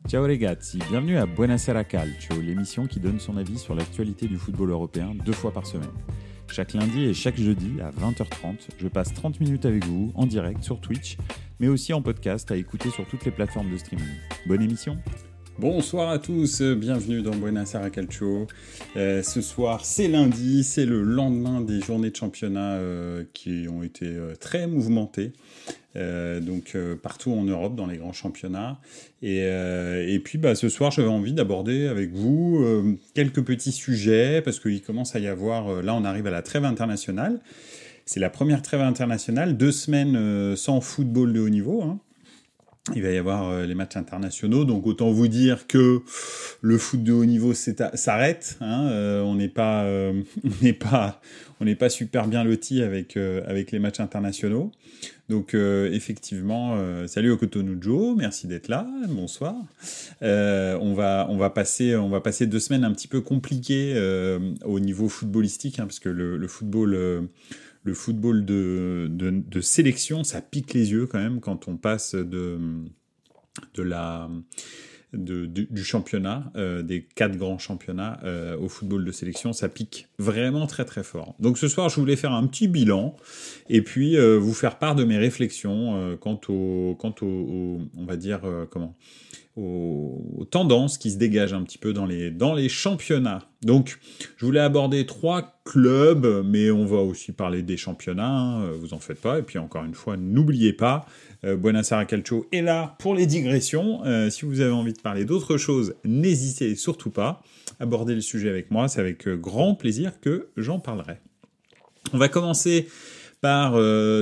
Ciao ragazzi, bienvenue à Buonasera Calcio, l'émission qui donne son avis sur l'actualité du football européen 2 fois par semaine. Chaque lundi et chaque jeudi à 20h30, je passe 30 minutes avec vous en direct sur Twitch, mais aussi en podcast à écouter sur toutes les plateformes de streaming. Bonne émission. Bonsoir à tous, bienvenue dans Buonasera Calcio. Ce soir, c'est lundi, c'est le lendemain des journées de championnat qui ont été très mouvementées. Partout en Europe, dans les grands championnats. Et puis, ce soir, j'avais envie d'aborder avec vous quelques petits sujets, parce qu'il commence à y avoir... là, on arrive à la trêve internationale. C'est la première trêve internationale, 2 semaines sans football de haut niveau, hein. Il va y avoir les matchs internationaux, donc autant vous dire que le foot de haut niveau s'arrête. Hein, on n'est pas super bien lotis avec les matchs internationaux. Donc effectivement, salut Okotonujo, merci d'être là, bonsoir. On va passer 2 semaines un petit peu compliquées au niveau footballistique, hein, parce que le football. Le football de sélection, ça pique les yeux quand même quand on passe du championnat, des 4 grands championnats au football de sélection, ça pique vraiment très très fort. Donc ce soir, je voulais faire un petit bilan et puis vous faire part de mes réflexions quant au on va dire aux tendances qui se dégagent un petit peu dans les championnats. Donc, je voulais aborder 3 clubs, mais on va aussi parler des championnats, hein, vous en faites pas. Et puis, encore une fois, n'oubliez pas, Buonasera Calcio est là pour les digressions. Si vous avez envie de parler d'autre chose, n'hésitez surtout pas à aborder le sujet avec moi. C'est avec grand plaisir que j'en parlerai. On va commencer par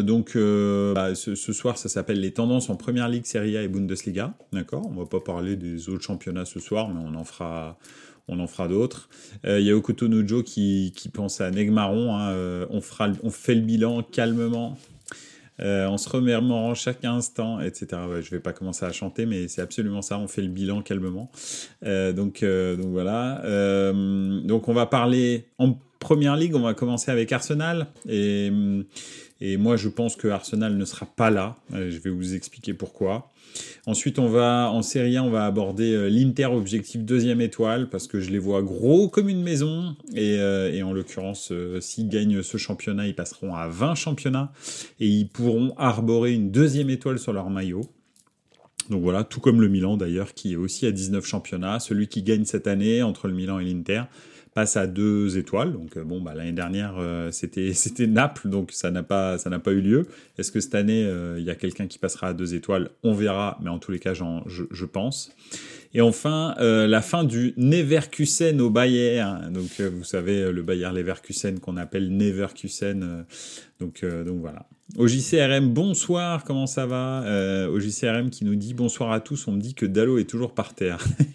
ce soir, ça s'appelle les tendances en Première Ligue, Serie A et Bundesliga, d'accord. On va pas parler des autres championnats ce soir, mais on en fera d'autres. Il y a Okotonujo qui pense à Negmaron, hein, on fait le bilan calmement. En se remémorant chaque instant, etc. Ouais, je vais pas commencer à chanter, mais c'est absolument ça, on fait le bilan calmement. Donc voilà. Donc on va parler en Première Ligue, on va commencer avec Arsenal. Et moi, je pense que Arsenal ne sera pas là. Je vais vous expliquer pourquoi. Ensuite, en Serie A, on va aborder l'Inter, objectif 2e étoile, parce que je les vois gros comme une maison. Et en l'occurrence, s'ils gagnent ce championnat, ils passeront à 20 championnats. Et ils pourront arborer une 2e étoile sur leur maillot. Donc voilà, tout comme le Milan d'ailleurs, qui est aussi à 19 championnats. Celui qui gagne cette année, entre le Milan et l'Inter, passe à 2 étoiles. Donc l'année dernière c'était Naples, donc ça n'a pas eu lieu. Est-ce que cette année il y a quelqu'un qui passera à 2 étoiles? On verra, mais en tous les cas je pense. Et enfin la fin du Neverkusen au Bayern. Donc vous savez le Bayer Leverkusen qu'on appelle Neverkusen. Donc voilà. OJCRM, bonsoir, comment ça va? OJCRM qui nous dit bonsoir à tous, on me dit que Dalot est toujours par terre.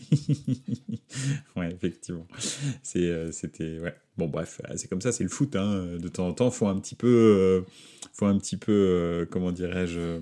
Ouais, effectivement. C'était ouais. Bon bref, c'est comme ça, c'est le foot, hein. De temps en temps, faut un petit peu comment dirais-je,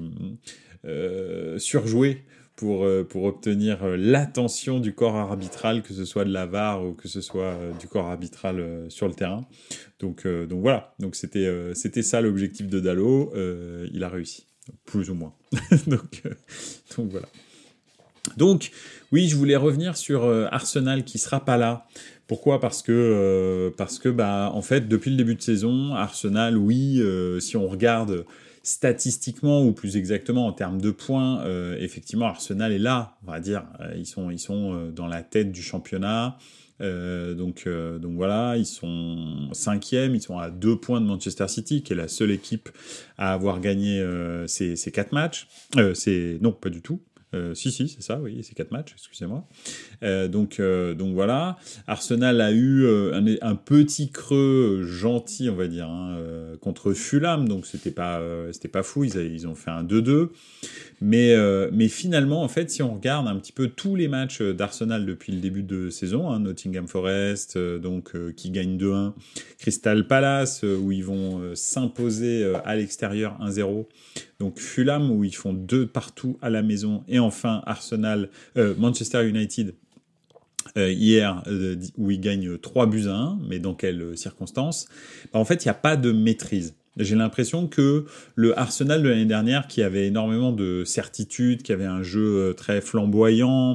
surjouer pour obtenir l'attention du corps arbitral, que ce soit de la VAR ou que ce soit du corps arbitral sur le terrain. Donc voilà. Donc c'était ça l'objectif de Dalot. Il a réussi, plus ou moins. donc voilà. Donc oui, je voulais revenir sur Arsenal qui sera pas là. Pourquoi ? Parce que en fait, depuis le début de saison, Arsenal, oui, si on regarde statistiquement ou plus exactement en termes de points, effectivement, Arsenal est là, on va dire. Ils sont dans la tête du championnat. Donc voilà, ils sont 5e, ils sont à 2 points de Manchester City, qui est la seule équipe à avoir gagné ces 4 matchs. Non, pas du tout. Si, c'est ça, oui, c'est 4 matchs, excusez-moi. Donc voilà, Arsenal a eu un petit creux gentil, on va dire, hein, contre Fulham, donc c'était pas fou, ils ont fait un 2-2. Mais finalement, en fait, si on regarde un petit peu tous les matchs d'Arsenal depuis le début de saison, hein, Nottingham Forest, qui gagne 2-1, Crystal Palace, où ils vont s'imposer à l'extérieur 1-0, donc Fulham, où ils font 2 partout à la maison, et enfin Manchester United, hier, où ils gagnent 3-1, mais dans quelles circonstances ? En fait, il n'y a pas de maîtrise. J'ai l'impression que le Arsenal de l'année dernière, qui avait énormément de certitude, qui avait un jeu très flamboyant,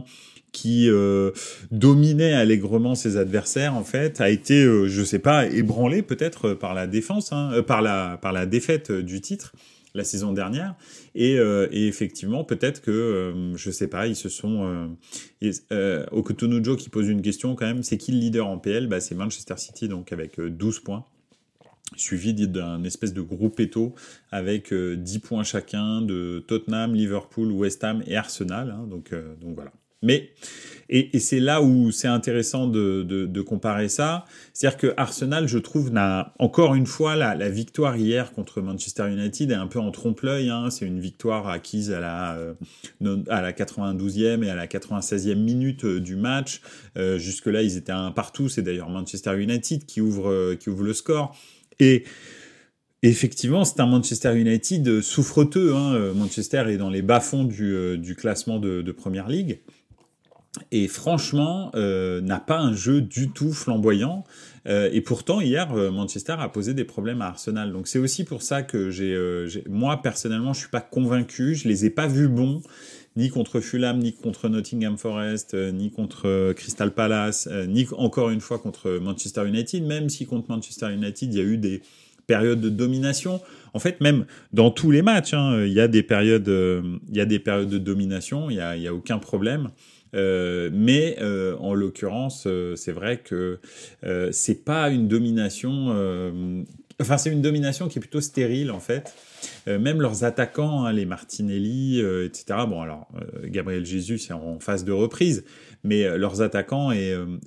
qui dominait allègrement ses adversaires, en fait, a été, je sais pas, ébranlé peut-être par la défense, par la défaite du titre la saison dernière, et effectivement peut-être que je sais pas, ils se sont Okutonujo qui pose une question quand même, c'est qui le leader en PL? C'est Manchester City, donc avec 12 points, suivi d'un espèce de groupetto avec 10 points chacun de Tottenham, Liverpool, West Ham et Arsenal, donc voilà. Mais et c'est là où c'est intéressant de comparer ça, c'est-à-dire que Arsenal, je trouve, n'a encore une fois la victoire hier contre Manchester United est un peu en trompe-l'œil, c'est une victoire acquise à la 92e et à la 96e minute du match. Jusque-là, ils étaient 1 partout, c'est d'ailleurs Manchester United qui ouvre le score. Et effectivement, c'est un Manchester United souffreteux. Manchester est dans les bas-fonds du classement de Premier League. Et franchement, n'a pas un jeu du tout flamboyant. Et pourtant, hier, Manchester a posé des problèmes à Arsenal. Donc c'est aussi pour ça que moi, personnellement, je suis pas convaincu. Je les ai pas vus bons, ni contre Fulham, ni contre Nottingham Forest, ni contre Crystal Palace, ni encore une fois contre Manchester United, même si contre Manchester United, il y a eu des périodes de domination. En fait, même dans tous les matchs, il y a des périodes de domination, il y a aucun problème. Mais en l'occurrence, c'est vrai que c'est pas une domination. C'est une domination qui est plutôt stérile en fait. Même leurs attaquants, les Martinelli, etc. Bon, alors Gabriel Jesus est en phase de reprise, mais leurs attaquants ne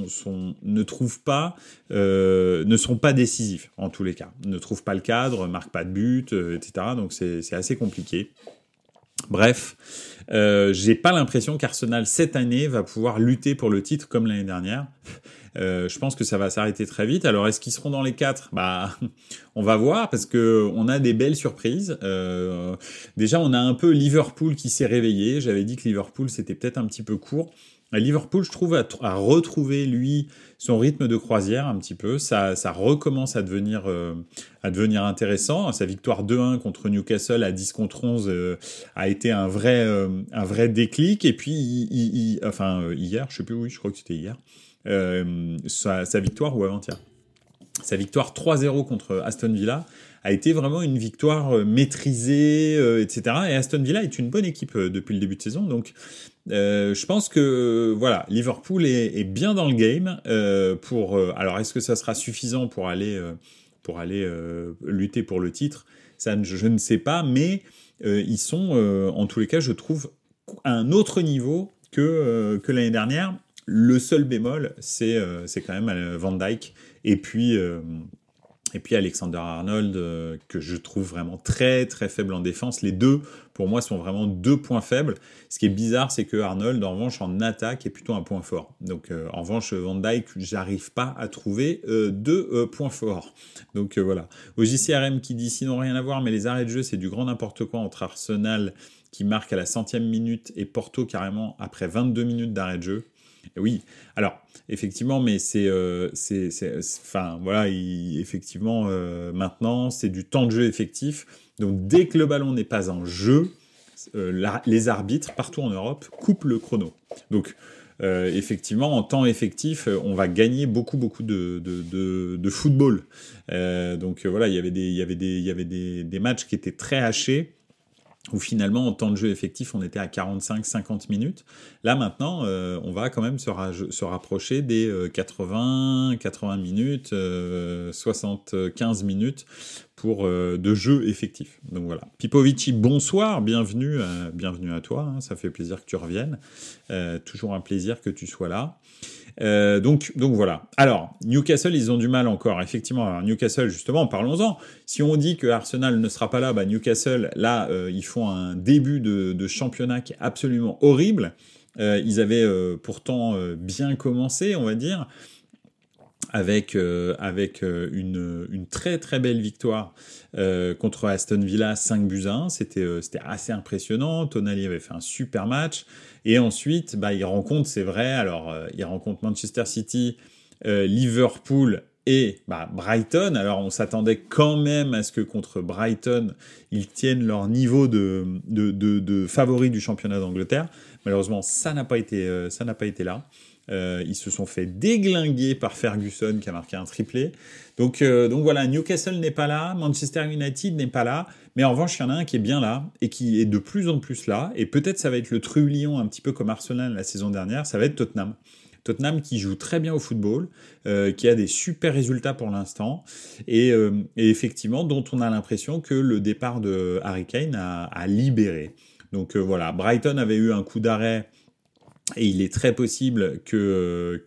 sont pas décisifs en tous les cas. Ne trouvent pas le cadre, marquent pas de but, etc. Donc c'est assez compliqué. Bref, j'ai pas l'impression qu'Arsenal cette année va pouvoir lutter pour le titre comme l'année dernière. Je pense que ça va s'arrêter très vite. Alors est-ce qu'ils seront dans les 4 ? On va voir parce que on a des belles surprises. Déjà, on a un peu Liverpool qui s'est réveillé. J'avais dit que Liverpool c'était peut-être un petit peu court. Liverpool, je trouve, a retrouvé, lui, son rythme de croisière un petit peu. Ça recommence à devenir intéressant. Sa victoire 2-1 contre Newcastle à 10 contre 11 a été un vrai déclic. Et puis, hier, je sais plus, oui, je crois que c'était hier, sa victoire ou avant-hier. Sa victoire 3-0 contre Aston Villa a été vraiment une victoire maîtrisée, etc. Et Aston Villa est une bonne équipe depuis le début de saison. Donc, je pense que voilà, Liverpool est bien dans le game. Alors, est-ce que ça sera suffisant pour aller lutter pour le titre ? Ça, je ne sais pas. Mais ils sont, en tous les cas, je trouve, à un autre niveau que l'année dernière. Le seul bémol, c'est quand même Van Dijk et puis Alexander-Arnold que je trouve vraiment très très faible en défense. Les deux, pour moi, sont vraiment 2 points faibles. Ce qui est bizarre, c'est que Arnold, en revanche, en attaque, est plutôt un point fort. Donc, en revanche, Van Dijk, j'arrive pas à trouver 2 points forts. Donc voilà. Au JCRM qui dit sinon rien à voir, mais les arrêts de jeu, c'est du grand n'importe quoi entre Arsenal qui marque à la 100e minute et Porto carrément après 22 minutes d'arrêt de jeu. Oui, alors effectivement, mais effectivement, maintenant c'est du temps de jeu effectif. Donc dès que le ballon n'est pas en jeu, les arbitres partout en Europe coupent le chrono. Donc effectivement, en temps effectif, on va gagner beaucoup de football. Donc voilà, il y avait des matchs qui étaient très hachés, où finalement, en temps de jeu effectif, on était à 45-50 minutes. Là, maintenant, on va quand même se rapprocher des 80 minutes, 75 minutes de jeu effectif. Donc voilà. Pipovici, bonsoir, bienvenue à toi, ça fait plaisir que tu reviennes. Toujours un plaisir que tu sois là. Donc voilà. Alors, Newcastle, ils ont du mal encore. Effectivement, alors Newcastle, justement, parlons-en. Si on dit que Arsenal ne sera pas là, Newcastle, là, ils font un début de championnat qui est absolument horrible. Ils avaient pourtant bien commencé, on va dire, avec une très très belle victoire contre Aston Villa 5-1. C'était assez impressionnant. Tonali avait fait un super match. Et ensuite, ils rencontrent, c'est vrai, ils rencontrent Manchester City, Liverpool et Brighton. Alors on s'attendait quand même à ce que contre Brighton, ils tiennent leur niveau de favoris du championnat d'Angleterre. Malheureusement, ça n'a pas été là. Ils se sont fait déglinguer par Ferguson qui a marqué un triplé. Donc voilà, Newcastle n'est pas là, Manchester United n'est pas là, mais en revanche, il y en a un qui est bien là et qui est de plus en plus là. Et peut-être ça va être le trublion, un petit peu comme Arsenal la saison dernière, ça va être Tottenham. Tottenham qui joue très bien au football, qui a des super résultats pour l'instant, et effectivement dont on a l'impression que le départ de Harry Kane a libéré. Donc voilà, Brighton avait eu un coup d'arrêt, et il est très possible que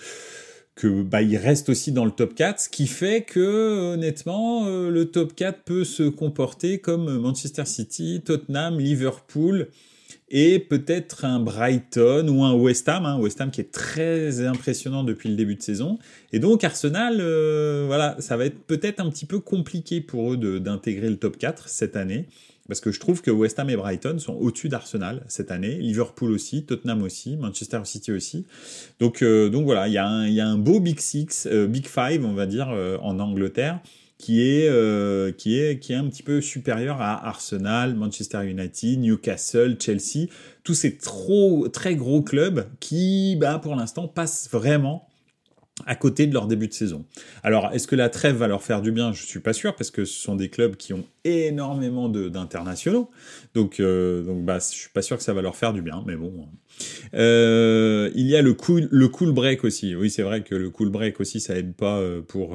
il reste aussi dans le top 4, ce qui fait que honnêtement le top 4 peut se comporter comme Manchester City, Tottenham, Liverpool, et peut-être un Brighton ou un West Ham, West Ham qui est très impressionnant depuis le début de saison. Et donc Arsenal, voilà, ça va être peut-être un petit peu compliqué pour eux d'intégrer le top 4 cette année, parce que je trouve que West Ham et Brighton sont au-dessus d'Arsenal cette année, Liverpool aussi, Tottenham aussi, Manchester City aussi. Donc voilà, il y a un beau Big Six, Big Five, on va dire, en Angleterre, qui est un petit peu supérieur à Arsenal, Manchester United, Newcastle, Chelsea, tous ces très gros clubs qui, pour l'instant, passent vraiment à côté de leur début de saison. Alors, est-ce que la trêve va leur faire du bien ? Je suis pas sûr, parce que ce sont des clubs qui ont énormément d'internationaux, donc je suis pas sûr que ça va leur faire du bien, mais bon. Il y a le cool break aussi. Oui, c'est vrai que le cool break aussi, ça aide pas pour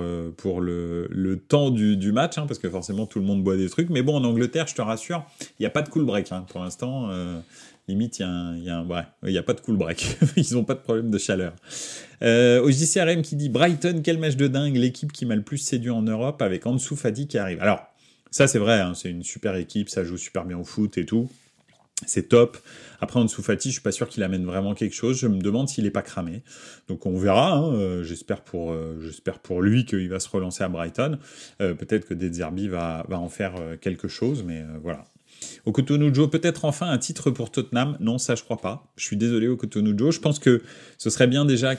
le temps du match, parce que forcément tout le monde boit des trucs. Mais bon, en Angleterre, je te rassure, il y a pas de cool break pour l'instant. Limite, il y a pas de cool break. Ils ont pas de problème de chaleur. Au JCRM qui dit Brighton, quel match de dingue, l'équipe qui m'a le plus séduit en Europe, avec Ansu Fati qui arrive. Alors, ça c'est vrai, c'est une super équipe, ça joue super bien au foot et tout. C'est top. Après, Ansu Fati, je suis pas sûr qu'il amène vraiment quelque chose. Je me demande s'il est pas cramé. Donc on verra. J'espère pour lui qu'il va se relancer à Brighton. Peut-être que De Zerbi va en faire quelque chose, mais voilà. Okutonujo, peut-être enfin un titre pour Tottenham. Non, ça je crois pas. Je suis désolé, Okutonujo. Je pense que ce serait bien déjà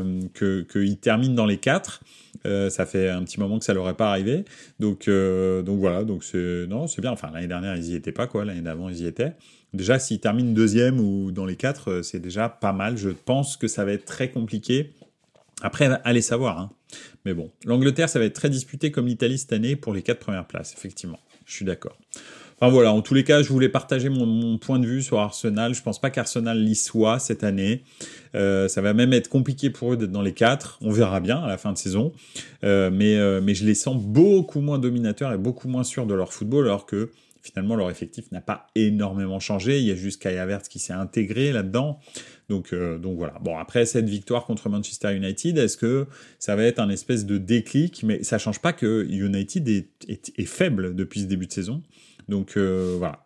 qu'il termine dans les 4. Ça fait un petit moment que ça leur est pas arrivé. Donc voilà. Donc c'est bien. Enfin, l'année dernière ils y étaient pas, quoi. L'année d'avant ils y étaient. Déjà, s'ils terminent 2e ou dans les 4, c'est déjà pas mal. Je pense que ça va être très compliqué. Après, allez savoir. Mais bon, l'Angleterre, ça va être très disputé comme l'Italie cette année pour les 4 premières places. Effectivement, je suis d'accord. Enfin voilà, en tous les cas, je voulais partager mon point de vue sur Arsenal. Je pense pas qu'Arsenal l'y soit cette année. Ça va même être compliqué pour eux d'être dans les 4. On verra bien à la fin de saison. Mais je les sens beaucoup moins dominateurs et beaucoup moins sûrs de leur football, alors que finalement leur effectif n'a pas énormément changé. Il y a juste Kai Havertz qui s'est intégré là-dedans. Donc voilà. Bon, après cette victoire contre Manchester United, est-ce que ça va être un espèce de déclic ? Mais ça change pas que United est faible depuis ce début de saison. Donc voilà,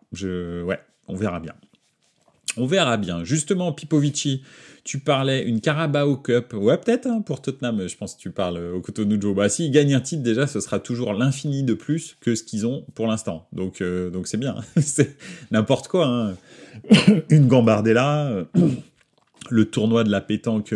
on verra bien. On verra bien. Justement, Pipovici, tu parlais une Carabao Cup. Ouais, peut-être pour Tottenham, je pense que tu parles au Okutonujo. S'ils gagnent un titre, déjà, ce sera toujours l'infini de plus que ce qu'ils ont pour l'instant. Donc c'est bien. C'est n'importe quoi. Une Gambardella, le tournoi de la pétanque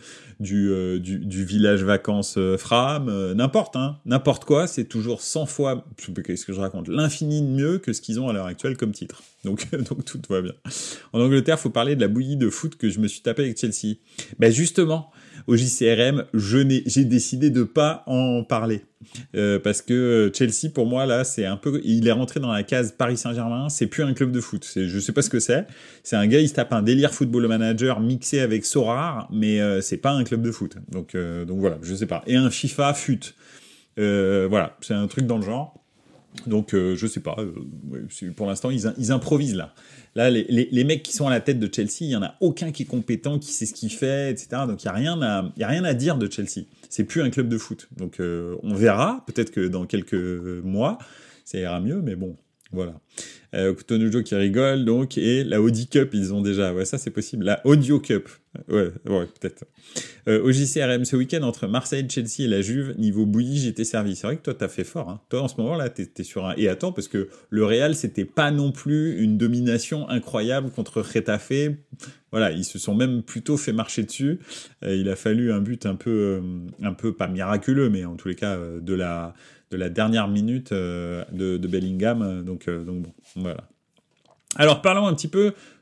du village vacances Fram, n'importe quoi, c'est toujours 100 fois, qu'est-ce que je raconte, l'infini de mieux que ce qu'ils ont à l'heure actuelle comme titre. Donc tout va bien. En Angleterre, faut parler de la bouillie de foot que je me suis tapé avec Chelsea. Justement, au JCRM, j'ai décidé de pas en parler. Parce que Chelsea, pour moi, là, il est rentré dans la case Paris Saint-Germain, c'est plus un club de foot. Je sais pas ce que c'est. C'est un gars, il se tape un délire football manager mixé avec Sorare, mais c'est pas un club de foot. Donc voilà, je sais pas. Et un FIFA fut. Voilà, c'est un truc dans le genre. Donc je sais pas. Pour l'instant, ils improvisent là. Là, les mecs qui sont à la tête de Chelsea, il y en a aucun qui est compétent, qui sait ce qu'il fait, etc. Donc il y a rien à dire de Chelsea. C'est plus un club de foot. Donc on verra. Peut-être que dans quelques mois, ça ira mieux. Mais bon, voilà. Okutonujo qui rigole, donc, et la Audi Cup, ils ont déjà. Ouais, ça c'est possible. La Audio Cup. Ouais, peut-être. Au JCRM, ce week-end, entre Marseille, Chelsea et la Juve, niveau bouillie, j'étais servi. C'est vrai que toi, t'as fait fort. Toi, en ce moment-là, t'es sur un... Et attends, parce que le Real, c'était pas non plus une domination incroyable contre Getafe. Voilà, ils se sont même plutôt fait marcher dessus. Il a fallu un but un peu pas miraculeux, mais en tous les cas, de la dernière minute de Bellingham. Donc bon, voilà. Alors, parlons un petit peu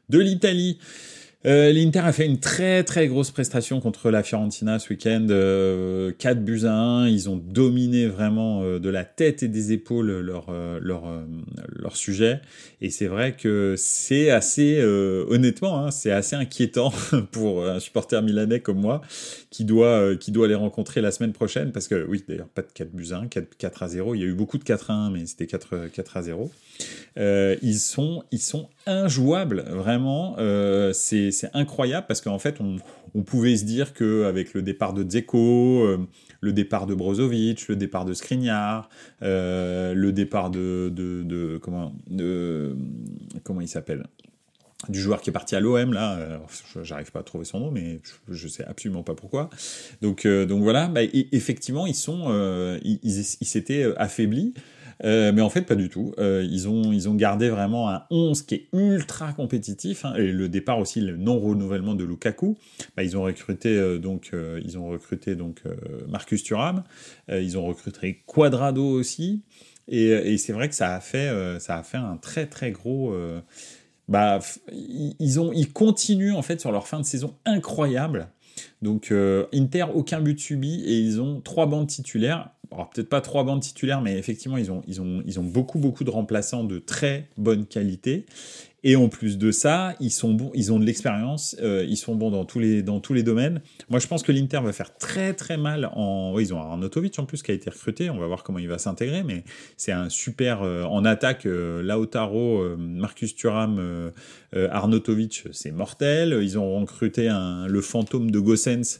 De l'Italie. L'Inter a fait une très très grosse prestation contre la Fiorentina ce week-end, 4-1, ils ont dominé vraiment de la tête et des épaules leur sujet, et c'est vrai que c'est assez, honnêtement, hein, c'est assez inquiétant pour un supporter milanais comme moi, qui doit les rencontrer la semaine prochaine, parce que oui, d'ailleurs pas de 4-1, 4-0, il y a eu beaucoup de 4-1, mais c'était 4-0. Ils sont injouables, vraiment. C'est incroyable parce qu'en fait, on pouvait se dire qu'avec le départ de Dzeko, le départ de Brozovic, le départ de Skriniar, le départ de comment il s'appelle, du joueur qui est parti à l'OM là, j'arrive pas à trouver son nom, mais je sais absolument pas pourquoi. Donc voilà, effectivement ils s'étaient affaiblis. Mais en fait, pas du tout. Ils ont gardé vraiment un 11 qui est ultra compétitif, hein, et le départ aussi, le non-renouvellement de Lukaku. Ils ont recruté Marcus Thuram. Ils ont recruté Cuadrado aussi. Et c'est vrai que ça a fait un très très gros. Ils continuent en fait sur leur fin de saison incroyable. Donc Inter, aucun but subi, et ils ont 3 bancs titulaires. Alors peut-être pas 3 bancs titulaires, mais effectivement ils ont beaucoup de remplaçants de très bonne qualité. Et en plus de ça, ils sont bons, ils ont de l'expérience, ils sont bons dans tous les domaines. Moi, je pense que l'Inter va faire très très mal ils ont Arnautovic en plus qui a été recruté, on va voir comment il va s'intégrer, mais c'est un super en attaque, Lautaro, Marcus Thuram, Arnautovic, c'est mortel. Ils ont recruté le fantôme de Gossens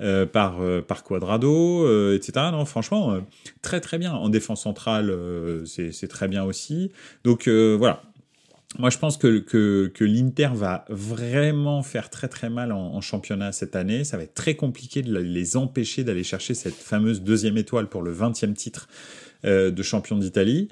par Cuadrado, etc. Non, franchement, très très bien. En défense centrale, c'est très bien aussi. Donc voilà. Moi, je pense que l'Inter va vraiment faire très très mal en championnat cette année. Ça va être très compliqué de les empêcher d'aller chercher cette fameuse 2e étoile pour le 20e titre de champion d'Italie.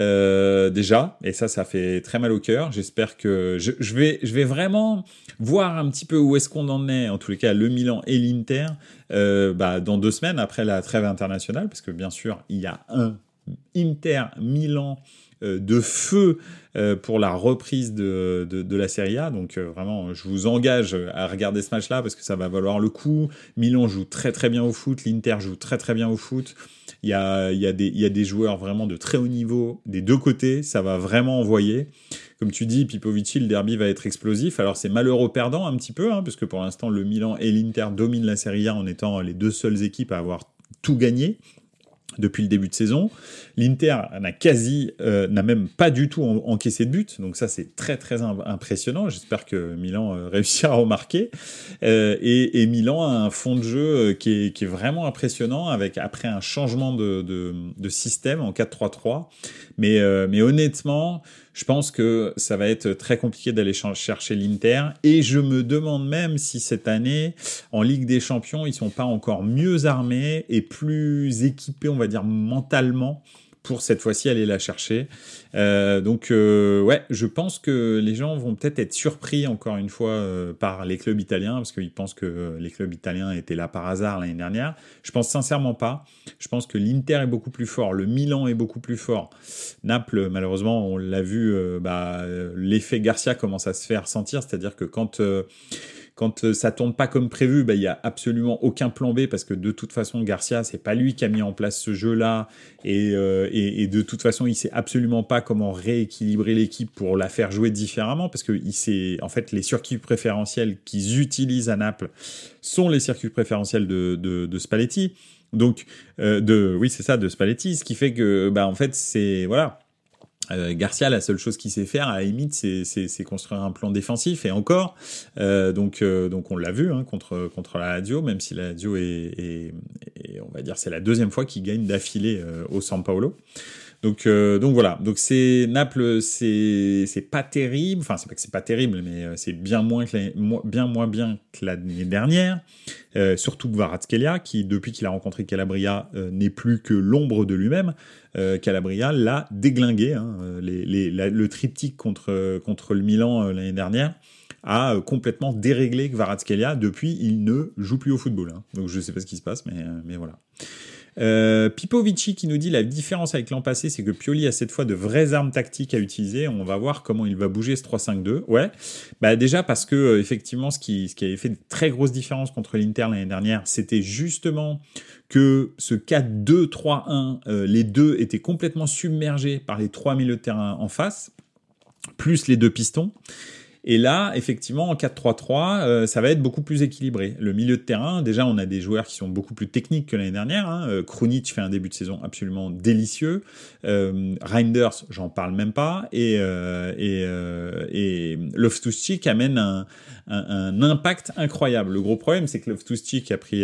Déjà, et ça fait très mal au cœur. J'espère que je vais vraiment voir un petit peu où est-ce qu'on en est, en tous les cas, le Milan et l'Inter, dans 2 semaines après la trêve internationale, parce que bien sûr, il y a un Inter-Milan de feu pour la reprise de la Serie A. Donc vraiment, je vous engage à regarder ce match-là parce que ça va valoir le coup. Milan joue très très bien au foot, l'Inter joue très très bien au foot. Il y a des joueurs vraiment de très haut niveau des deux côtés, ça va vraiment envoyer. Comme tu dis, Pipovici, le derby va être explosif. Alors c'est malheureux perdant un petit peu, hein, parce que pour l'instant le Milan et l'Inter dominent la Serie A en étant les 2 seules équipes à avoir tout gagné depuis le début de saison. L'Inter n'a même pas du tout encaissé de but, donc ça c'est très très impressionnant. J'espère que Milan réussira à remarquer. Et Milan a un fond de jeu qui est vraiment impressionnant, après un changement de système en 4-3-3. Mais honnêtement, je pense que ça va être très compliqué d'aller chercher l'Inter, et je me demande même si cette année, en Ligue des Champions, ils sont pas encore mieux armés et plus équipés, on va dire, mentalement, pour cette fois-ci aller la chercher. Donc je pense que les gens vont peut-être être surpris encore une fois par les clubs italiens, parce qu'ils pensent que les clubs italiens étaient là par hasard l'année dernière. Je pense sincèrement pas. Je pense que l'Inter est beaucoup plus fort, le Milan est beaucoup plus fort. Naples, malheureusement, on l'a vu, l'effet Garcia commence à se faire sentir, c'est-à-dire que quand ça tourne pas comme prévu, il y a absolument aucun plan B, parce que de toute façon Garcia, c'est pas lui qui a mis en place ce jeu-là, et de toute façon il sait absolument pas comment rééquilibrer l'équipe pour la faire jouer différemment, parce que en fait les circuits préférentiels qu'ils utilisent à Naples sont les circuits préférentiels de Spalletti. Donc de Spalletti, ce qui fait que en fait c'est voilà. Garcia, la seule chose qu'il sait faire, à la limite, c'est construire un plan défensif, et encore. Donc on l'a vu contre la Lazio, même si la Lazio est on va dire, c'est la 2e fois qu'il gagne d'affilée au San Paolo. Donc voilà. Donc Naples, c'est pas terrible. Enfin, c'est pas que c'est pas terrible, mais c'est bien moins bien que l'année dernière. Surtout que Kvaratskhelia, qui depuis qu'il a rencontré Calabria n'est plus que l'ombre de lui-même. Calabria l'a déglingué. Le triptyque contre le Milan l'année dernière a complètement déréglé Kvaratskhelia. Depuis, il ne joue plus au football. Donc je sais pas ce qui se passe, mais voilà. Pipo Vici qui nous dit la différence avec l'an passé, c'est que Pioli a cette fois de vraies armes tactiques à utiliser. On va voir comment il va bouger ce 3-5-2. Ouais, bah déjà parce que effectivement, ce qui avait fait de très grosses différences contre l'Inter l'année dernière, c'était justement que ce 4-2-3-1, les deux étaient complètement submergés par les trois milieux de terrain en face, plus les deux pistons. Et là, effectivement, en 4-3-3, ça va être beaucoup plus équilibré. Le milieu de terrain, déjà, on a des joueurs qui sont beaucoup plus techniques que l'année dernière. Krunic fait un début de saison absolument délicieux. Reinders, j'en parle même pas. Et Loftus-Cheek amène un impact incroyable. Le gros problème, c'est que Loftus-Cheek a pris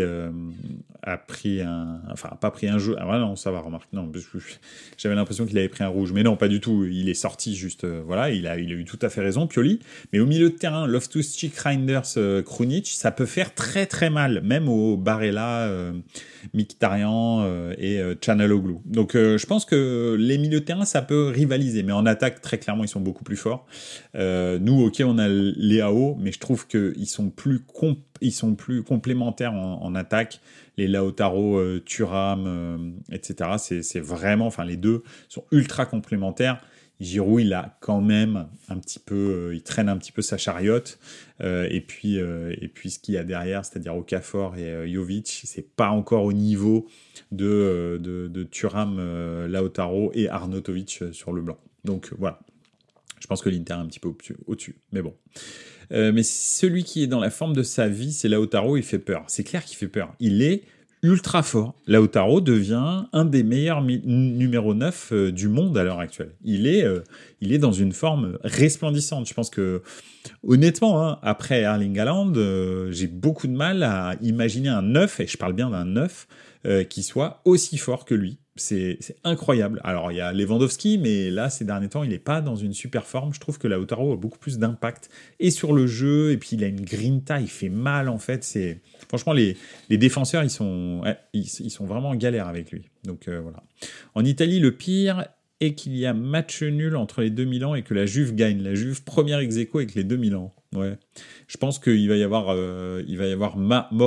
pas pris un jeu. Ah non, ça va, remarque. Non, j'avais l'impression qu'il avait pris un rouge, mais non, pas du tout. Il est sorti juste, voilà, il a eu tout à fait raison, Pioli. Mais au milieu de terrain, Loftus-Cheek, Reinders, Krunic, ça peut faire très très mal, même au Barella, Mkhitaryan et Çalhanoğlu. Donc je pense que les milieux de terrain, ça peut rivaliser, mais en attaque, très clairement, ils sont beaucoup plus forts. Nous, ok, on a Leao, mais je trouve qu'ils sont plus complémentaires en attaque. Les Lautaro, Thuram, etc. C'est vraiment, enfin les deux sont ultra complémentaires. Giroud, il a quand même un petit peu, il traîne un petit peu sa chariote. Et puis ce qu'il y a derrière, c'est-à-dire Okafor et Jovic, c'est pas encore au niveau de Thuram, Lautaro et Arnautovic sur le blanc. Donc voilà. Je pense que l'Inter est un petit peu au-dessus. Mais bon. Mais celui qui est dans la forme de sa vie, c'est Lautaro, il fait peur. C'est clair qu'il fait peur. Il est ultra fort. Lautaro devient un des meilleurs numéro 9 du monde à l'heure actuelle. Il est dans une forme resplendissante. Je pense que, honnêtement, après Erling Haaland, j'ai beaucoup de mal à imaginer un 9, et je parle bien d'un 9, qui soit aussi fort que lui. C'est incroyable. Alors, il y a Lewandowski, mais là, ces derniers temps, il n'est pas dans une super forme. Je trouve que Lautaro a beaucoup plus d'impact et sur le jeu, et puis il a une grinta, il fait mal, en fait. Franchement, les défenseurs, ils sont vraiment en galère avec lui. Donc, voilà. En Italie, le pire est qu'il y a match nul entre les deux Milan et que la Juve gagne. La Juve, première ex-aequo avec les deux Milan. Ouais. Je pense qu'il va y avoir, il va y avoir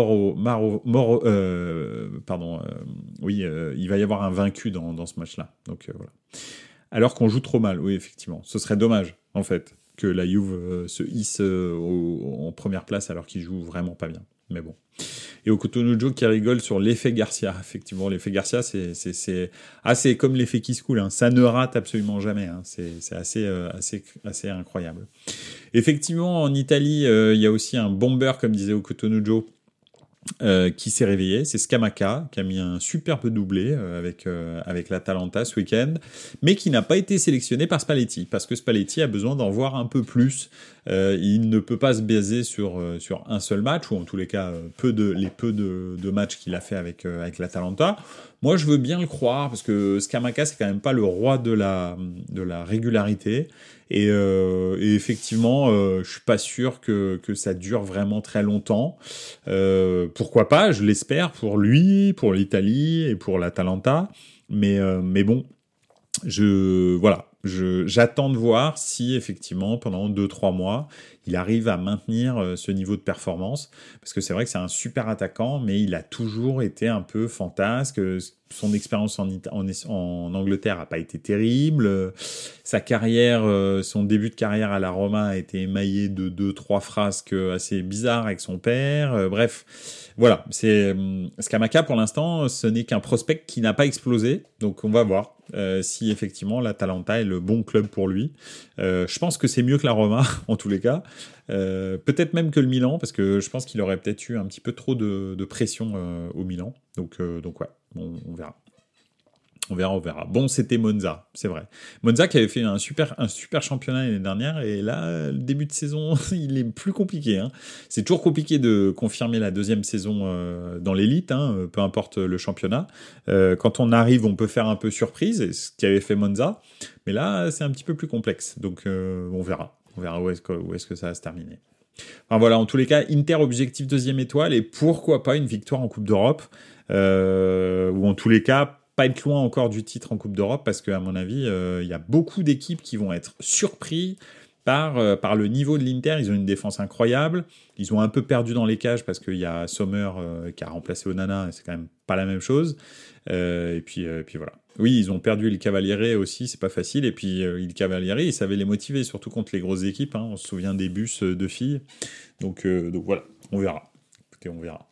il va y avoir un vaincu dans ce match-là. Donc voilà. Alors qu'on joue trop mal, oui, effectivement. Ce serait dommage, en fait, que la Juve se hisse en première place alors qu'il joue vraiment pas bien. Mais bon. Et au Cotonou qui rigole sur l'effet Garcia. Effectivement, l'effet Garcia, c'est comme l'effet Kiss Cool, hein. Ça ne rate absolument jamais. Hein. C'est assez incroyable. Effectivement, en Italie, il y a aussi un bomber, comme disait au Cotonou qui s'est réveillé. C'est Scamacca qui a mis un superbe doublé avec l'Atalanta ce week-end, mais qui n'a pas été sélectionné par Spalletti, parce que Spalletti a besoin d'en voir un peu plus. Il ne peut pas se baser sur un seul match, ou en tous les cas les peu de matchs qu'il a fait avec l'Atalanta. Moi, je veux bien le croire, parce que Scamacca, c'est quand même pas le roi de la régularité. Et effectivement, je suis pas sûr que ça dure vraiment très longtemps. Pourquoi pas, je l'espère pour lui, pour l'Italie et pour l'Atalanta. Mais bon, j'attends de voir si effectivement pendant 2-3 mois il arrive à maintenir ce niveau de performance, parce que c'est vrai que c'est un super attaquant, mais il a toujours été un peu fantasque. Son expérience en Angleterre a pas été terrible. Sa carrière, son début de carrière à la Roma a été émaillé de 2-3 frasques assez bizarres avec son père. Bref, voilà. Scamacca, pour l'instant, ce n'est qu'un prospect qui n'a pas explosé. Donc on va voir si effectivement l'Atalanta est le bon club pour lui. Je pense que c'est mieux que la Roma, en tous les cas. Peut-être même que le Milan, parce que je pense qu'il aurait peut-être eu un petit peu trop de pression au Milan. Donc ouais, on verra. On verra. Bon, c'était Monza, c'est vrai. Monza qui avait fait un super championnat l'année dernière, et là, le début de saison, il est plus compliqué. Hein. C'est toujours compliqué de confirmer la deuxième saison dans l'élite, hein, peu importe le championnat. Quand on arrive, on peut faire un peu surprise, et ce qu'avait fait Monza. Mais là, c'est un petit peu plus complexe. Donc, on verra. On verra où est-ce que ça va se terminer. Enfin voilà, en tous les cas, Inter objectif 2e étoile, et pourquoi pas une victoire en Coupe d'Europe, ou en tous les cas, pas être loin encore du titre en Coupe d'Europe, parce qu'à mon avis, il y a beaucoup d'équipes qui vont être surpris par le niveau de l'Inter. Ils ont une défense incroyable. Ils ont un peu perdu dans les cages parce qu'il y a Sommer qui a remplacé Onana, et c'est quand même pas la même chose. Et puis voilà. Oui, ils ont perdu il Cavaliere aussi, c'est pas facile. Et puis il Cavaliere, ils savaient les motiver, surtout contre les grosses équipes. On se souvient des bus de filles. Donc voilà, on verra. Écoutez, on verra.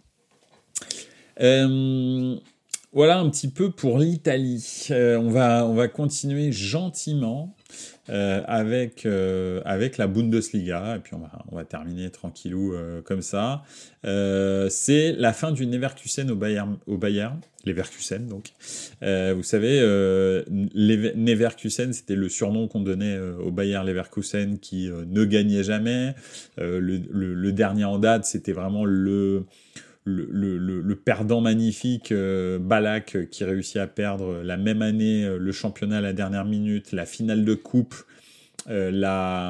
Voilà un petit peu pour l'Italie. On va continuer gentiment avec la Bundesliga, et puis on va terminer tranquillou comme ça. C'est la fin du Leverkusen au Bayern, Leverkusen donc. Vous savez, Leverkusen, c'était le surnom qu'on donnait au Bayer Leverkusen qui ne gagnait jamais. Le dernier en date, c'était vraiment le perdant magnifique Ballack qui réussit à perdre la même année le championnat à la dernière minute, la finale de coupe, la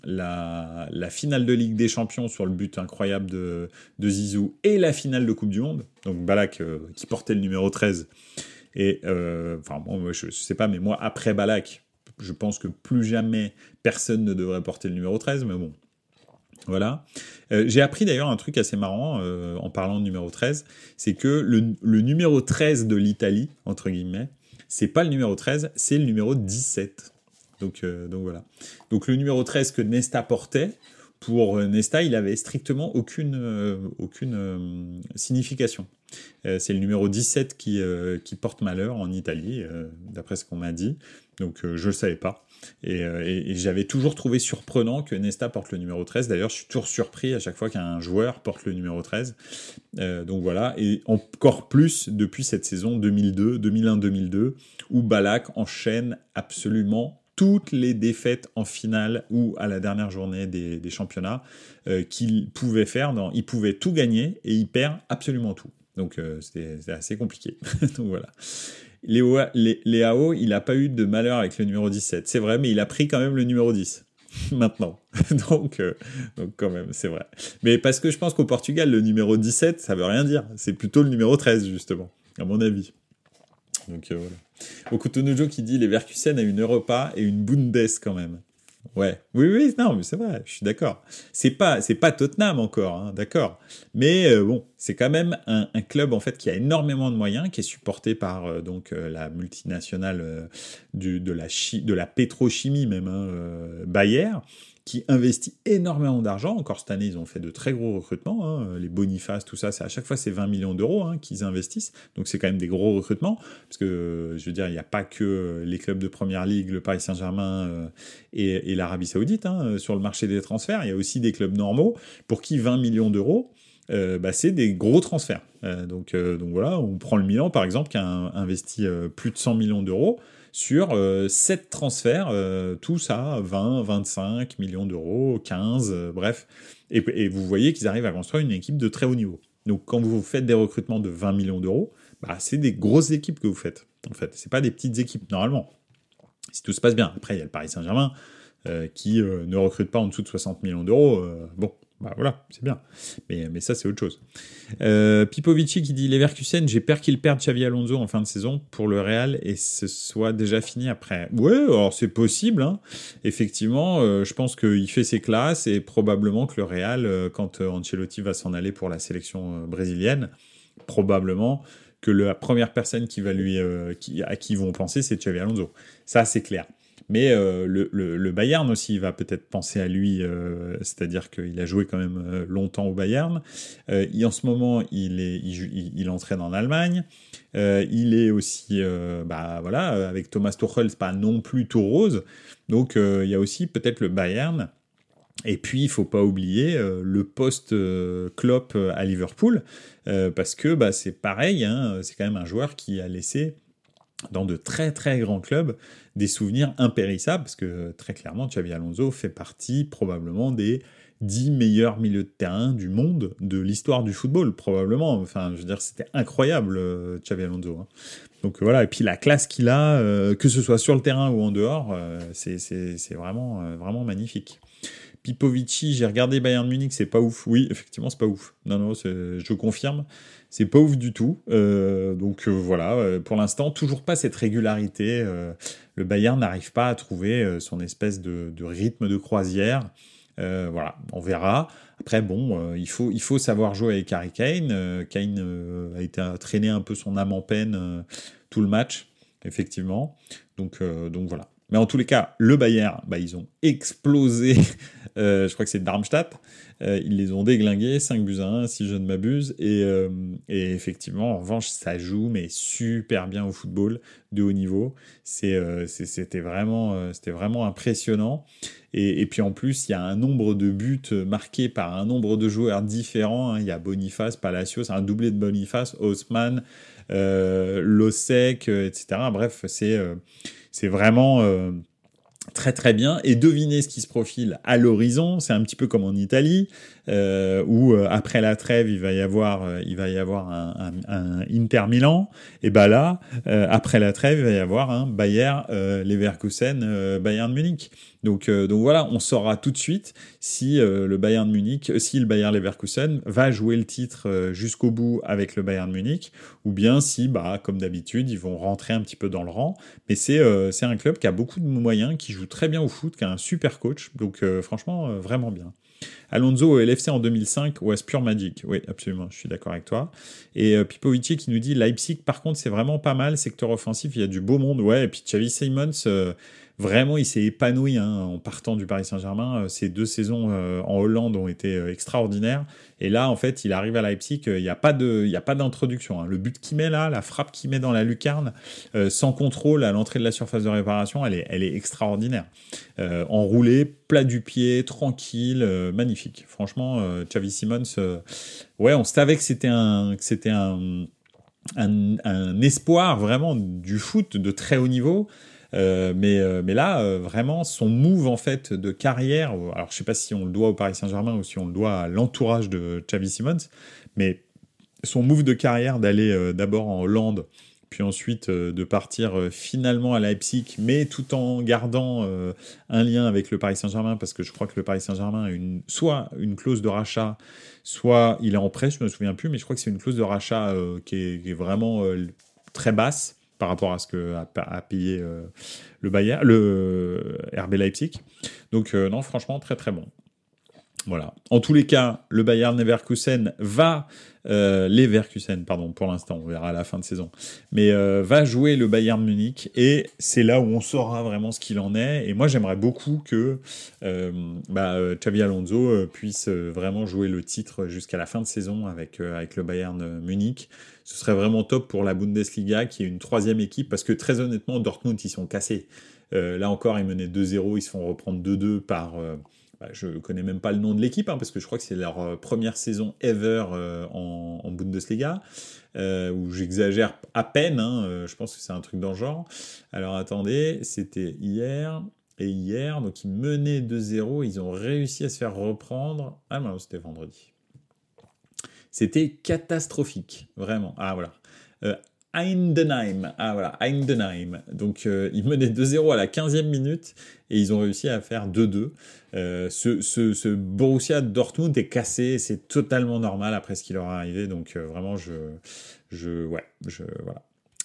finale de Ligue des Champions sur le but incroyable de Zizou et la finale de Coupe du Monde. Donc Ballack qui portait le numéro 13. Et moi, je sais pas, mais moi après Ballack, je pense que plus jamais personne ne devrait porter le numéro 13, mais bon. Voilà. J'ai appris d'ailleurs un truc assez marrant en parlant de numéro 13, c'est que le numéro 13 de l'Italie, entre guillemets, c'est pas le numéro 13, c'est le numéro 17. Donc voilà. Donc le numéro 13 que Nesta portait, pour Nesta, il avait strictement aucune signification. C'est le numéro 17 qui porte malheur en Italie, d'après ce qu'on m'a dit. Donc je le savais pas. Et j'avais toujours trouvé surprenant que Nesta porte le numéro 13. D'ailleurs, je suis toujours surpris à chaque fois qu'un joueur porte le numéro 13. Donc voilà, et encore plus depuis cette saison 2001-2002, où Ballack enchaîne absolument toutes les défaites en finale ou à la dernière journée des championnats qu'il pouvait faire. Il pouvait tout gagner et il perd absolument tout. Donc c'était assez compliqué. Donc voilà. Léao, il n'a pas eu de malheur avec le numéro 17. C'est vrai, mais il a pris quand même le numéro 10. Maintenant. donc quand même, c'est vrai. Mais parce que je pense qu'au Portugal, le numéro 17, ça veut rien dire. C'est plutôt le numéro 13, justement, à mon avis. Donc voilà. Okutonojo qui dit Leverkusen a une Europa et une Bundes quand même. Ouais, oui, non, mais c'est vrai, je suis d'accord. C'est pas Tottenham encore, hein, d'accord. Mais bon, c'est quand même un club en fait qui a énormément de moyens, qui est supporté par la multinationale de la pétrochimie même, Bayer, qui investit énormément d'argent. Encore cette année, ils ont fait de très gros recrutements. Les Boniface, tout ça, à chaque fois, c'est 20 millions d'euros qu'ils investissent. Donc, c'est quand même des gros recrutements. Parce que, je veux dire, il n'y a pas que les clubs de Première Ligue, le Paris Saint-Germain et l'Arabie Saoudite sur le marché des transferts. Il y a aussi des clubs normaux pour qui 20 millions d'euros, c'est des gros transferts. Donc voilà, on prend le Milan, par exemple, qui a investi plus de 100 millions d'euros sur 7 transferts, tous à 20, 25 millions d'euros, 15, bref. Et vous voyez qu'ils arrivent à construire une équipe de très haut niveau. Donc quand vous faites des recrutements de 20 millions d'euros, c'est des grosses équipes que vous faites. En fait, c'est pas des petites équipes, normalement. Si tout se passe bien. Après, il y a le Paris Saint-Germain qui ne recrute pas en dessous de 60 millions d'euros. Bon. Voilà, c'est bien. Mais ça, c'est autre chose. Pipovici qui dit Leverkusen, j'ai peur qu'il perde Xavi Alonso en fin de saison pour le Real et ce soit déjà fini après. Ouais, alors c'est possible. Effectivement, je pense qu'il fait ses classes et probablement que le Real, quand Ancelotti va s'en aller pour la sélection brésilienne, probablement que la première personne à qui ils vont penser, c'est Xavi Alonso. Ça, c'est clair. Mais le Bayern aussi va peut-être penser à lui, c'est-à-dire qu'il a joué quand même longtemps au Bayern. En ce moment, il entraîne en Allemagne. Il est aussi, avec Thomas Tuchel, c'est pas non plus tout rose. Donc il y a aussi peut-être le Bayern. Et puis, il faut pas oublier le post Klopp à Liverpool, parce que c'est pareil, c'est quand même un joueur qui a laissé dans de très très grands clubs des souvenirs impérissables, parce que très clairement Xabi Alonso fait partie probablement des 10 meilleurs milieux de terrain du monde, de l'histoire du football, probablement. Enfin, je veux dire, c'était incroyable, Xabi Alonso. Donc voilà, et puis la classe qu'il a, que ce soit sur le terrain ou en dehors, c'est vraiment, vraiment magnifique. Pipovici, j'ai regardé Bayern Munich, c'est pas ouf. Oui, effectivement, c'est pas ouf. Non, je confirme, c'est pas ouf du tout. Donc voilà, pour l'instant, toujours pas cette régularité. Le Bayern n'arrive pas à trouver son espèce de rythme de croisière. Voilà, on verra. Après, bon, il faut savoir jouer avec Harry Kane. Kane a été traîné un peu son âme en peine tout le match, effectivement. Donc voilà. Mais en tous les cas, le Bayern, ils ont explosé. Je crois que c'est Darmstadt. Ils les ont déglingués, 5-1, si je ne m'abuse. Et effectivement, en revanche, ça joue, mais super bien au football de haut niveau. C'était vraiment impressionnant. Et puis en plus, il y a un nombre de buts marqués par un nombre de joueurs différents. Hein. Il y a Boniface, Palacios, un doublé de Boniface, Haussmann, Losec, etc. Bref, c'est vraiment très très bien. Et devinez ce qui se profile à l'horizon. C'est un petit peu comme en Italie, où après la trêve, il va y avoir un Inter Milan. Et là, après la trêve, il va y avoir un Bayer Leverkusen Bayern Munich. Donc voilà, on saura tout de suite si le Bayern Munich, si le Bayer Leverkusen va jouer le titre jusqu'au bout avec le Bayern Munich, ou bien si, comme d'habitude, ils vont rentrer un petit peu dans le rang. Mais c'est un club qui a beaucoup de moyens, qui joue très bien au foot, qui a un super coach. Donc franchement, vraiment bien. Alonso au LFC en 2005, ouais, c'est pure magic. Oui, absolument, je suis d'accord avec toi. Et Pipovici qui nous dit Leipzig, par contre, c'est vraiment pas mal, secteur offensif, il y a du beau monde. Ouais, et puis Xavi Simons, vraiment, il s'est épanoui en partant du Paris Saint-Germain. Ces 2 saisons en Hollande ont été extraordinaires. Et là, en fait, il arrive à Leipzig, il n'y a pas d'introduction. Le but qu'il met là, la frappe qu'il met dans la lucarne, sans contrôle à l'entrée de la surface de réparation, elle est extraordinaire. Enroulé, plat du pied, tranquille, magnifique. Franchement, Xavi Simons, ouais, on savait que c'était un espoir vraiment du foot de très haut niveau. Mais là, vraiment, son move en fait de carrière, alors je sais pas si on le doit au Paris Saint-Germain ou si on le doit à l'entourage de Xavi Simons, mais son move de carrière d'aller d'abord en Hollande, puis ensuite de partir finalement à Leipzig, mais tout en gardant un lien avec le Paris Saint-Germain, parce que je crois que le Paris Saint-Germain a soit une clause de rachat, soit il est en prêt, je me souviens plus, mais je crois que c'est une clause de rachat qui est vraiment très basse par rapport à ce que a payé le RB Leipzig. Donc non, franchement, très très bon. Voilà. En tous les cas, le Bayern Leverkusen pour l'instant, on verra à la fin de saison, mais va jouer le Bayern Munich et c'est là où on saura vraiment ce qu'il en est. Et moi, j'aimerais beaucoup que Xabi Alonso puisse vraiment jouer le titre jusqu'à la fin de saison avec le Bayern Munich. Ce serait vraiment top pour la Bundesliga, qui est une 3e équipe, parce que très honnêtement, Dortmund, ils sont cassés. Là encore, ils menaient 2-0, ils se font reprendre 2-2 par... je connais même pas le nom de l'équipe, parce que je crois que c'est leur première saison ever en Bundesliga, où j'exagère à peine, je pense que c'est un truc dans le genre. Alors attendez, c'était hier, donc ils menaient 2-0, ils ont réussi à se faire reprendre. Ah non, c'était vendredi. C'était catastrophique, vraiment. Ah voilà. Heidenheim. Donc, ils menaient 2-0 à la 15e minute et ils ont réussi à faire 2-2. Ce Borussia Dortmund est cassé, c'est totalement normal après ce qui leur est arrivé. Donc, vraiment, voilà.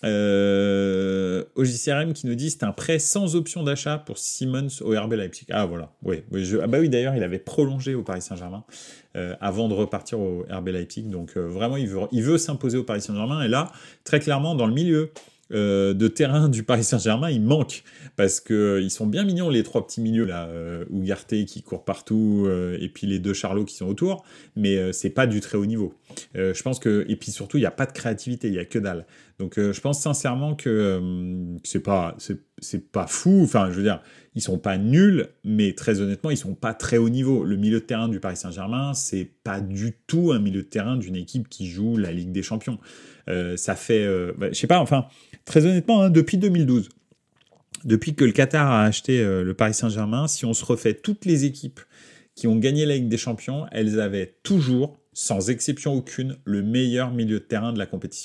OJCRM qui nous dit c'est un prêt sans option d'achat pour Simons au RB Leipzig. Ah voilà, oui, d'ailleurs il avait prolongé au Paris Saint-Germain avant de repartir au RB Leipzig, donc vraiment il veut s'imposer au Paris Saint-Germain, et là très clairement dans le milieu de terrain du Paris Saint-Germain, il manque, parce que ils sont bien mignons les 3 petits milieux là, Ugarte qui court partout, et puis les 2 Charlots qui sont autour, mais c'est pas du très haut niveau. Je pense que, et puis surtout il y a pas de créativité, il y a que dalle. Donc je pense sincèrement que c'est pas fou, enfin je veux dire, ils sont pas nuls, mais très honnêtement ils sont pas très haut niveau. Le milieu de terrain du Paris Saint-Germain, c'est pas du tout un milieu de terrain d'une équipe qui joue la Ligue des Champions. Ça fait, je sais pas, enfin très honnêtement, depuis 2012, depuis que le Qatar a acheté le Paris Saint-Germain, si on se refait toutes les équipes qui ont gagné la Ligue des Champions, elles avaient toujours, sans exception aucune, le meilleur milieu de terrain de la compétition.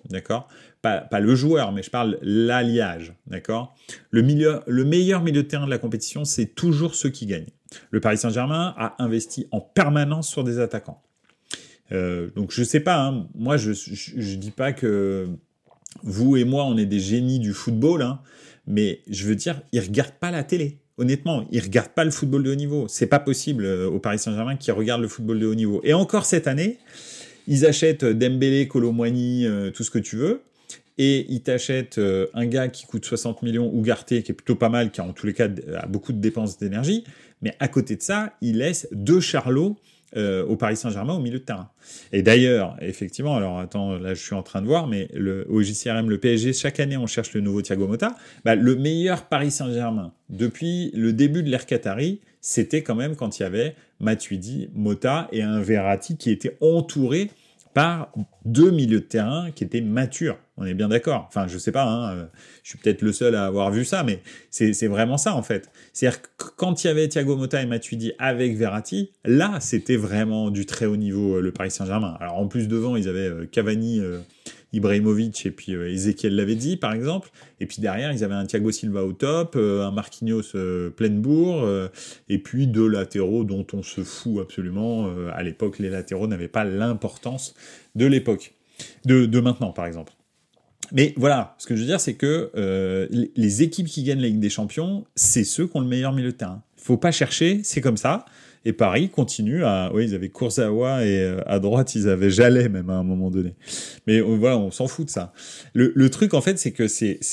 d'accord ? Pas le joueur, mais je parle l'alliage, d'accord ? Le meilleur milieu de terrain de la compétition, c'est toujours ceux qui gagnent. Le Paris Saint-Germain a investi en permanence sur des attaquants. Donc je sais pas, hein, moi je dis pas que vous et moi on est des génies du football, hein, mais je veux dire, ils regardent pas la télé. Honnêtement, ils regardent pas le football de haut niveau. C'est pas possible au Paris Saint-Germain qu'ils regardent le football de haut niveau. Et encore cette année, ils achètent Dembélé, Kolo Muani, tout ce que tu veux, et ils t'achètent un gars qui coûte 60 millions, Ugarte, qui est plutôt pas mal, qui en tous les cas a beaucoup de dépenses d'énergie, mais à côté de ça, ils laissent 2 charlots au Paris Saint-Germain au milieu de terrain. Et d'ailleurs, effectivement, alors attends, là je suis en train de voir, mais au JCRM, le PSG, chaque année on cherche le nouveau Thiago Motta. Bah, le meilleur Paris Saint-Germain depuis le début de l'ère Qatari, c'était quand même quand il y avait Matuidi, Motta et un Verratti qui était entouré par 2 milieux de terrain qui étaient matures. On est bien d'accord. Enfin, je sais pas, hein, je suis peut-être le seul à avoir vu ça, mais c'est vraiment ça, en fait. C'est-à-dire que quand il y avait Thiago Motta et Matuidi avec Verratti, là, c'était vraiment du très haut niveau, le Paris Saint-Germain. Alors, en plus, devant, ils avaient Cavani, Ibrahimovic et puis Ezequiel Lavezzi, par exemple. Et puis derrière, ils avaient un Thiago Silva au top, un Marquinhos pleine bourre, et puis 2 latéraux dont on se fout absolument. À l'époque, les latéraux n'avaient pas l'importance de l'époque, de maintenant, par exemple. Mais voilà, ce que je veux dire, c'est que les équipes qui gagnent la Ligue des Champions, c'est ceux qui ont le meilleur milieu de terrain. Faut pas chercher, c'est comme ça. Et Paris continue à... Oui, ils avaient Kurzawa et à droite, ils avaient Jallet même à un moment donné. Mais voilà, on s'en fout de ça. Le truc, en fait, c'est que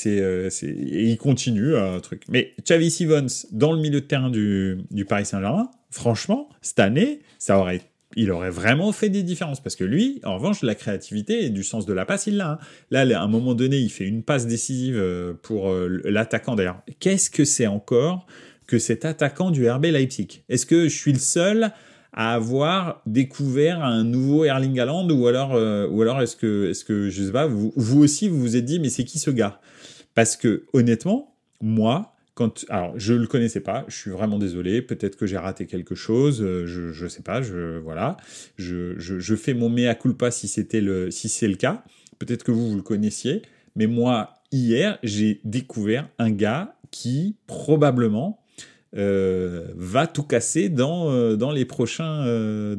et ils continuent un truc. Mais Xavi Simons, dans le milieu de terrain du Paris Saint-Germain, franchement, cette année, il aurait vraiment fait des différences. Parce que lui, en revanche, la créativité et du sens de la passe, il l'a. Hein. Là, à un moment donné, il fait une passe décisive pour l'attaquant. D'ailleurs, qu'est-ce que c'est encore que cet attaquant du RB Leipzig? Est-ce que je suis le seul à avoir découvert un nouveau Erling Haaland ou alors est-ce que je sais pas, vous aussi vous vous êtes dit mais c'est qui ce gars? Parce que honnêtement, moi, alors je le connaissais pas, je suis vraiment désolé, peut-être que j'ai raté quelque chose, je sais pas, voilà, je fais mon mea culpa si c'est le cas, peut-être que vous le connaissiez, mais moi hier j'ai découvert un gars qui probablement va tout casser dans les prochaines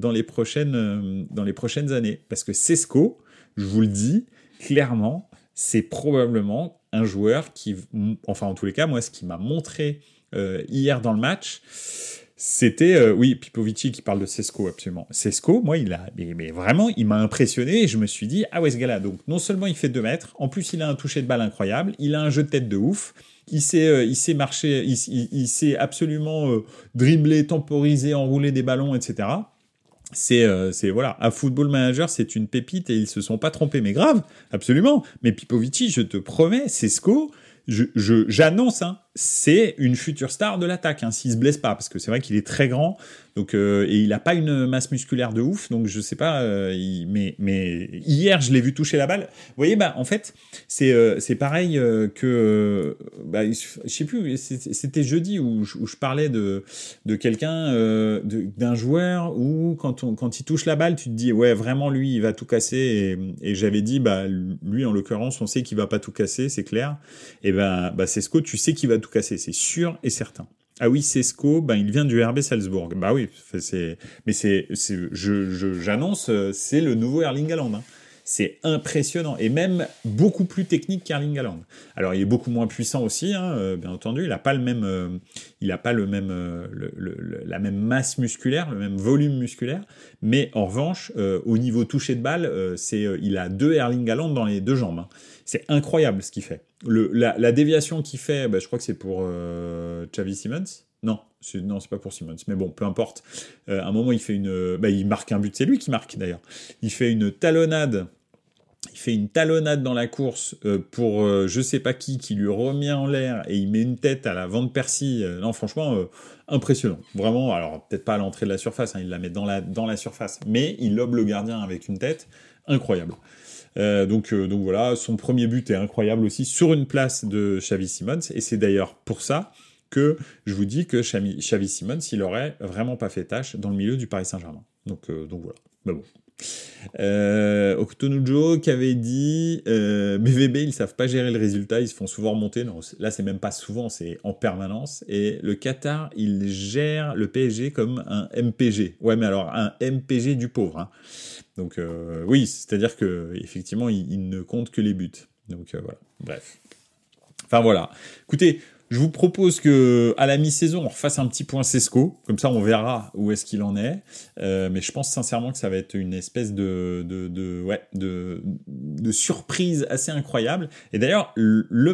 années. Parce que Sesco, je vous le dis clairement, c'est probablement un joueur qui, enfin en tous les cas, moi ce qui m'a montré hier dans le match, c'était, oui, Pipovici qui parle de Sesco, absolument. Sesco, moi, mais vraiment, il m'a impressionné et je me suis dit, ah ouais, ce gars-là, donc non seulement il fait 2 mètres, en plus il a un toucher de balle incroyable, il a un jeu de tête de ouf, il sait marcher, il sait absolument dribbler, temporiser, enrouler des ballons, etc. C'est voilà, à Football Manager, c'est une pépite et ils se sont pas trompés, mais grave, absolument. Mais Pipovici, je te promets, Sesco, j'annonce, hein, c'est une future star de l'attaque, hein, s'il se blesse pas, parce que c'est vrai qu'il est très grand, donc et il a pas une masse musculaire de ouf, donc je sais pas, mais hier je l'ai vu toucher la balle. Vous voyez, bah en fait c'est pareil que bah je sais plus, c'était jeudi où je parlais de quelqu'un, d'un joueur où quand il touche la balle, tu te dis ouais vraiment lui il va tout casser et j'avais dit bah lui en l'occurrence on sait qu'il va pas tout casser, c'est clair. Et bah Sesco, tu sais qu'il va tout casser, c'est sûr et certain. Ah oui, Sesco, ben il vient du RB Salzbourg. Bah oui, j'annonce, c'est le nouveau Erling Haaland. Hein. C'est impressionnant et même beaucoup plus technique qu'Erling Haaland. Alors il est beaucoup moins puissant aussi, hein, bien entendu. Il a pas la même masse musculaire, le même volume musculaire. Mais en revanche, au niveau toucher de balle, il a 2 Erling Haaland dans les 2 jambes. Hein. C'est incroyable ce qu'il fait. La déviation qu'il fait, je crois que c'est pour Xavi Simons. Non, c'est pas pour Simons. Mais bon, peu importe. À un moment, il fait il marque un but. C'est lui qui marque d'ailleurs. Il fait une talonnade. Il fait une talonnade dans la course pour je sais pas qui lui remet en l'air et il met une tête à la Van Persie. Non, franchement, impressionnant. Vraiment, alors peut-être pas à l'entrée de la surface, hein, il la met dans la surface, mais il lobe le gardien avec une tête. Incroyable. Donc voilà, son premier but est incroyable aussi sur une place de Xavi Simons et c'est d'ailleurs pour ça que je vous dis que Xavi Simons, il aurait vraiment pas fait tâche dans le milieu du Paris Saint-Germain. Donc voilà. Mais bon. Octonujo qui avait dit BVB, ils savent pas gérer le résultat, ils se font souvent remonter. Non, là, c'est même pas souvent, c'est en permanence. Et le Qatar, il gère le PSG comme un MPG. Ouais, mais alors, un MPG du pauvre. Hein. Donc, oui, c'est-à-dire que effectivement, il ne compte que les buts. Donc, voilà. Bref. Enfin, voilà. Écoutez, je vous propose que à la mi-saison, on refasse un petit point Sesco. Comme ça, on verra où est-ce qu'il en est. Mais je pense sincèrement que ça va être une espèce de surprise assez incroyable. Et d'ailleurs, le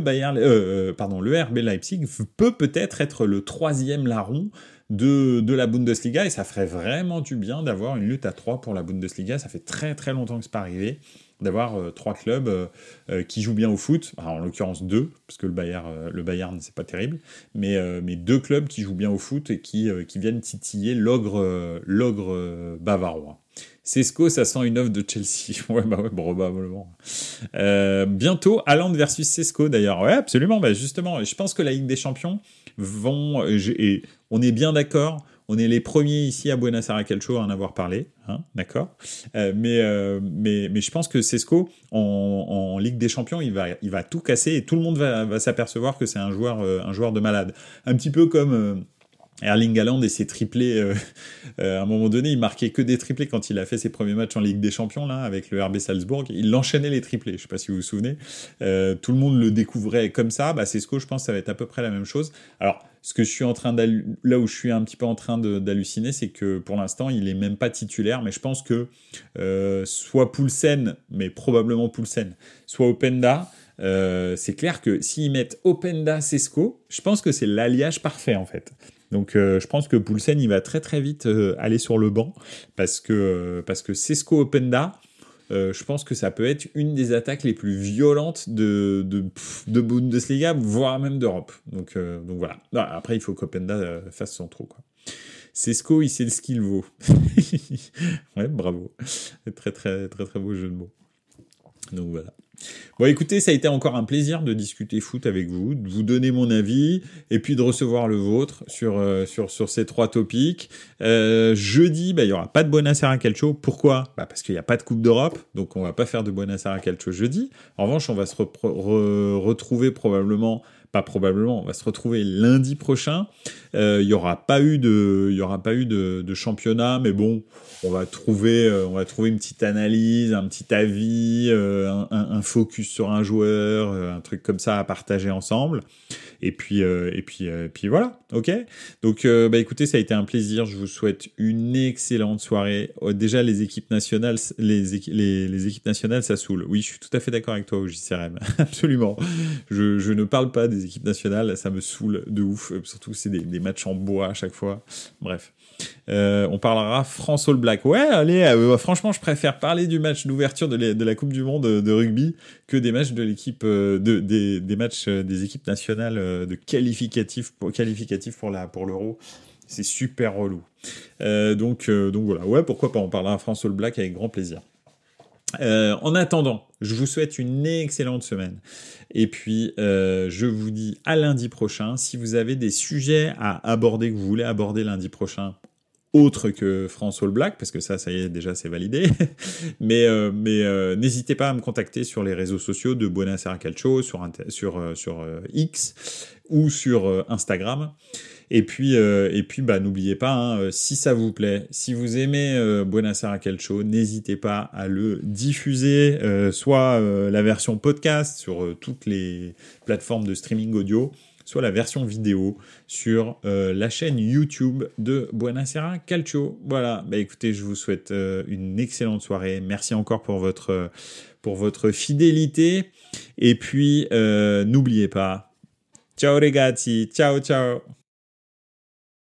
RB Leipzig peut-être être le 3e larron de la Bundesliga, et ça ferait vraiment du bien d'avoir une lutte à 3 pour la Bundesliga. Ça fait très très longtemps que c'est pas arrivé, d'avoir 3 clubs qui jouent bien au foot, enfin, en l'occurrence 2, parce que le Bayern c'est pas terrible, mais 2 clubs qui jouent bien au foot et qui viennent titiller l'ogre bavarois. Sesco, ça sent une offre de Chelsea. Ouais, probablement. Bientôt, Haaland versus Sesco, d'ailleurs. Ouais, absolument. Justement, je pense que la Ligue des Champions et on est bien d'accord. On est les premiers ici à Buenos Aires Calcio à en avoir parlé, hein, d'accord. Mais je pense que Sesco, en Ligue des Champions, il va tout casser et tout le monde va s'apercevoir que c'est un joueur de malade. Un petit peu comme Erling Haaland et ses triplés. À un moment donné, il marquait que des triplés quand il a fait ses premiers matchs en Ligue des Champions là, avec le RB Salzbourg. Il enchaînait les triplés. Je sais pas si vous vous souvenez. Tout le monde le découvrait comme ça. Sesco, je pense, que ça va être à peu près la même chose. Alors, ce que je suis là où je suis un petit peu en train d'halluciner, c'est que pour l'instant, il est même pas titulaire. Mais je pense que soit Poulsen, mais probablement Poulsen, soit Openda. C'est clair que s'ils mettent Openda, Sesco, je pense que c'est l'alliage parfait en fait. Donc je pense que Poulsen il va très très vite aller sur le banc parce que Sesco Openda, je pense que ça peut être une des attaques les plus violentes de Bundesliga, voire même d'Europe. Donc voilà. Non, après il faut qu'Openda fasse son trou quoi. Sesco il sait ce qu'il vaut. Ouais, bravo. Très très très très beau jeu de mots. Donc voilà. Bon, écoutez, ça a été encore un plaisir de discuter foot avec vous, de vous donner mon avis, et puis de recevoir le vôtre sur ces 3 topics. Jeudi, il y aura pas de Buenos Aires Calcio. Pourquoi ? Parce qu'il n'y a pas de Coupe d'Europe, donc on va pas faire de Buenos Aires Calcio jeudi. En revanche, on va se retrouver on va se retrouver lundi prochain. Il y aura pas eu de championnat, mais bon, on va trouver une petite analyse, un petit avis, un focus sur un joueur, un truc comme ça à partager ensemble. Et puis voilà, ok. Donc écoutez, ça a été un plaisir. Je vous souhaite une excellente soirée. Déjà les équipes nationales, les équipes nationales, ça saoule. Oui, je suis tout à fait d'accord avec toi, JCRM. Absolument. Je ne parle pas des équipes nationales, ça me saoule de ouf. Surtout que c'est des matchs en bois à chaque fois. Bref. On parlera France All Black. Ouais, allez, franchement, je préfère parler du match d'ouverture de la Coupe du Monde de rugby que des matchs de l'équipe, des matchs des équipes nationales de qualificatifs pour l'Euro. C'est super relou. Donc voilà. Ouais, pourquoi pas, on parlera France All Black avec grand plaisir. En attendant, je vous souhaite une excellente semaine. Et puis, je vous dis à lundi prochain. Si vous avez des sujets à aborder, que vous voulez aborder lundi prochain, autre que France All Black, parce que ça y est, déjà, c'est validé. mais n'hésitez pas à me contacter sur les réseaux sociaux de Buenos Aires Calcio, sur X ou sur Instagram. Et puis, n'oubliez pas, si ça vous plaît, si vous aimez Buenos Aires Calcio, n'hésitez pas à le diffuser, soit la version podcast sur toutes les plateformes de streaming audio, soit la version vidéo sur la chaîne YouTube de Buenos Aires Calcio. Voilà, écoutez, je vous souhaite une excellente soirée. Merci encore pour votre fidélité. Et puis, n'oubliez pas, ciao ragazzi, ciao ciao.